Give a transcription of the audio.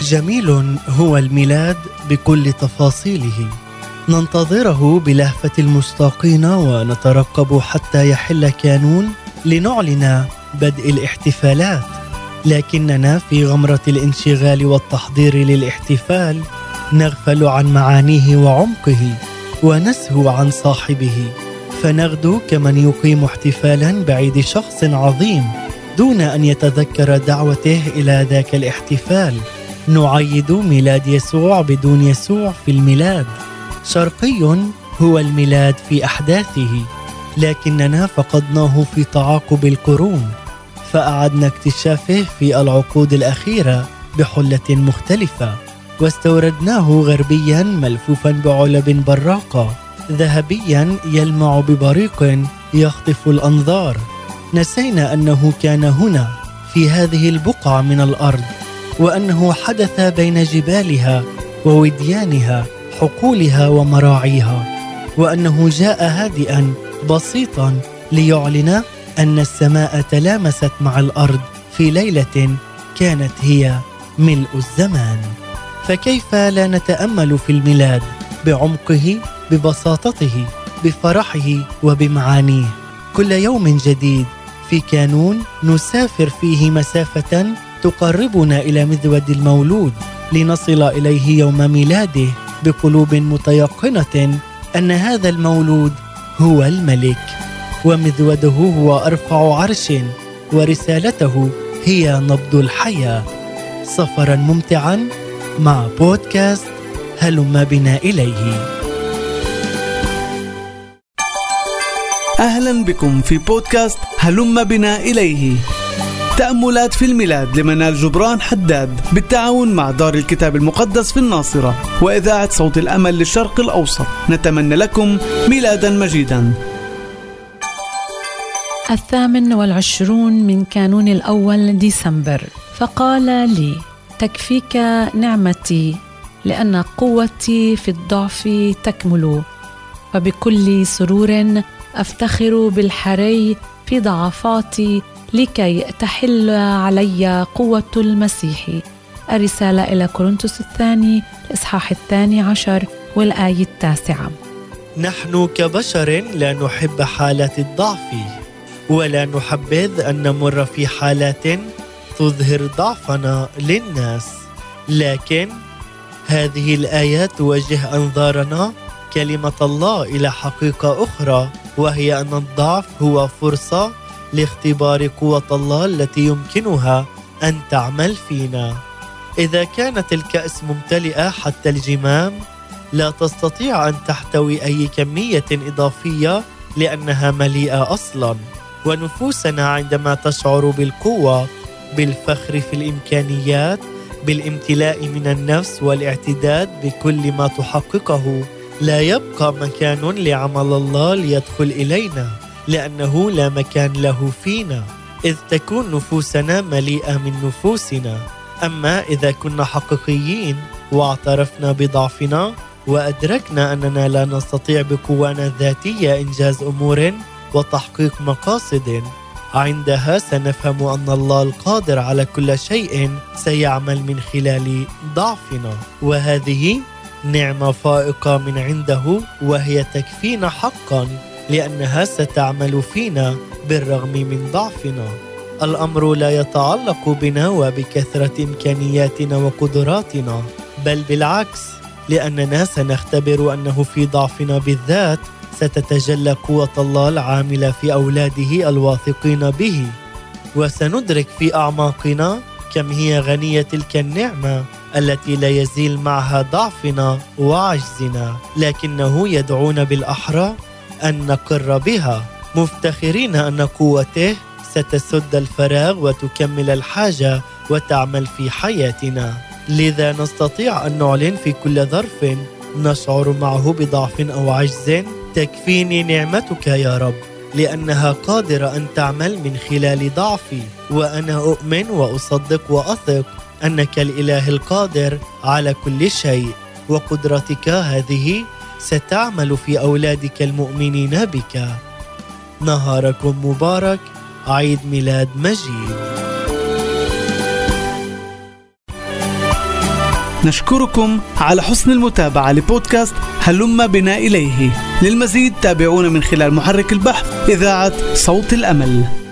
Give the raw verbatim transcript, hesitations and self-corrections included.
جميل هو الميلاد بكل تفاصيله، ننتظره بلهفة المشتاقين ونترقب حتى يحل كانون لنعلن بدء الاحتفالات، لكننا في غمرة الانشغال والتحضير للاحتفال نغفل عن معانيه وعمقه ونسهو عن صاحبه، فنغدو كمن يقيم احتفالا بعيد شخص عظيم دون أن يتذكر دعوته إلى ذاك الاحتفال. نعيد ميلاد يسوع بدون يسوع في الميلاد. شرقي هو الميلاد في أحداثه، لكننا فقدناه في تعاقب القرون، فأعدنا اكتشافه في العقود الأخيرة بحلة مختلفة، واستوردناه غربيا ملفوفا بعلب براقة، ذهبيا يلمع ببريق يخطف الأنظار. نسينا أنه كان هنا في هذه البقعة من الأرض، وأنه حدث بين جبالها ووديانها، حقولها ومراعيها، وأنه جاء هادئا بسيطا ليعلن أن السماء تلامست مع الأرض في ليلة كانت هي ملء الزمان. فكيف لا نتأمل في الميلاد بعمقه، ببساطته، بفرحه وبمعانيه؟ كل يوم جديد في كانون نسافر فيه مسافة تقربنا إلى مذود المولود، لنصل إليه يوم ميلاده بقلوب متيقنة أن هذا المولود هو الملك، ومذوده هو أرفع عرش، ورسالته هي نبض الحياة. سفرا ممتعا مع بودكاست هلم بنا إليه. أهلا بكم في بودكاست هلم بنا إليه، تأملات في الميلاد لمنال جبران حداد بالتعاون مع دار الكتاب المقدس في الناصرة وإذاعة صوت الأمل للشرق الأوسط. نتمنى لكم ميلادا مجيدا. الثامن والعشرون من كانون الأول ديسمبر. فقال لي: تكفيك نعمتي، لأن قوتي في الضعف تكمل، وبكل سرور أفتخر بالحري في ضعفاتي، لكي تحل علي قوة المسيح. الرسالة إلى كورنثوس الثاني الإصحاح الثاني عشر والآية التاسعة. نحن كبشر لا نحب حالات الضعف، ولا نحبذ أن نمر في حالات تظهر ضعفنا للناس، لكن هذه الآيات توجه أنظارنا كلمة الله إلى حقيقة أخرى، وهي أن الضعف هو فرصة لاختبار قوة الله التي يمكنها أن تعمل فينا. إذا كانت الكأس ممتلئة حتى الجمام، لا تستطيع أن تحتوي أي كمية إضافية لأنها مليئة أصلاً. ونفوسنا عندما تشعر بالقوة، بالفخر في الإمكانيات، بالامتلاء من النفس والاعتداد بكل ما تحققه، لا يبقى مكان لعمل الله ليدخل إلينا، لأنه لا مكان له فينا، إذ تكون نفوسنا مليئة من نفوسنا. أما إذا كنا حقيقيين واعترفنا بضعفنا وأدركنا أننا لا نستطيع بقوانا الذاتية إنجاز أمور وتحقيق مقاصد، عندها سنفهم أن الله القادر على كل شيء سيعمل من خلال ضعفنا، وهذه نعمة فائقة من عنده، وهي تكفينا حقا، لأنها ستعمل فينا بالرغم من ضعفنا. الأمر لا يتعلق بنا وبكثرة إمكانياتنا وقدراتنا، بل بالعكس، لأننا سنختبر أنه في ضعفنا بالذات ستتجلى قوة الله العاملة في أولاده الواثقين به، وسندرك في أعماقنا كم هي غنية تلك النعمة التي لا يزيل معها ضعفنا وعجزنا، لكنه يدعونا بالأحرى أن نقر بها، مفتخرين أن قوته ستسد الفراغ وتكمل الحاجة وتعمل في حياتنا. لذا نستطيع أن نعلن في كل ظرف نشعر معه بضعف أو عجز: تكفيني نعمتك يا رب، لأنها قادرة أن تعمل من خلال ضعفي، وأنا أؤمن وأصدق وأثق أنك الإله القادر على كل شيء، وقدرتك هذه ستعمل في أولادك المؤمنين بك. نهاركم مبارك، عيد ميلاد مجيد. نشكركم على حسن المتابعة لبودكاست هلم بنا إليه. للمزيد تابعونا من خلال محرك البحث إذاعة صوت الأمل.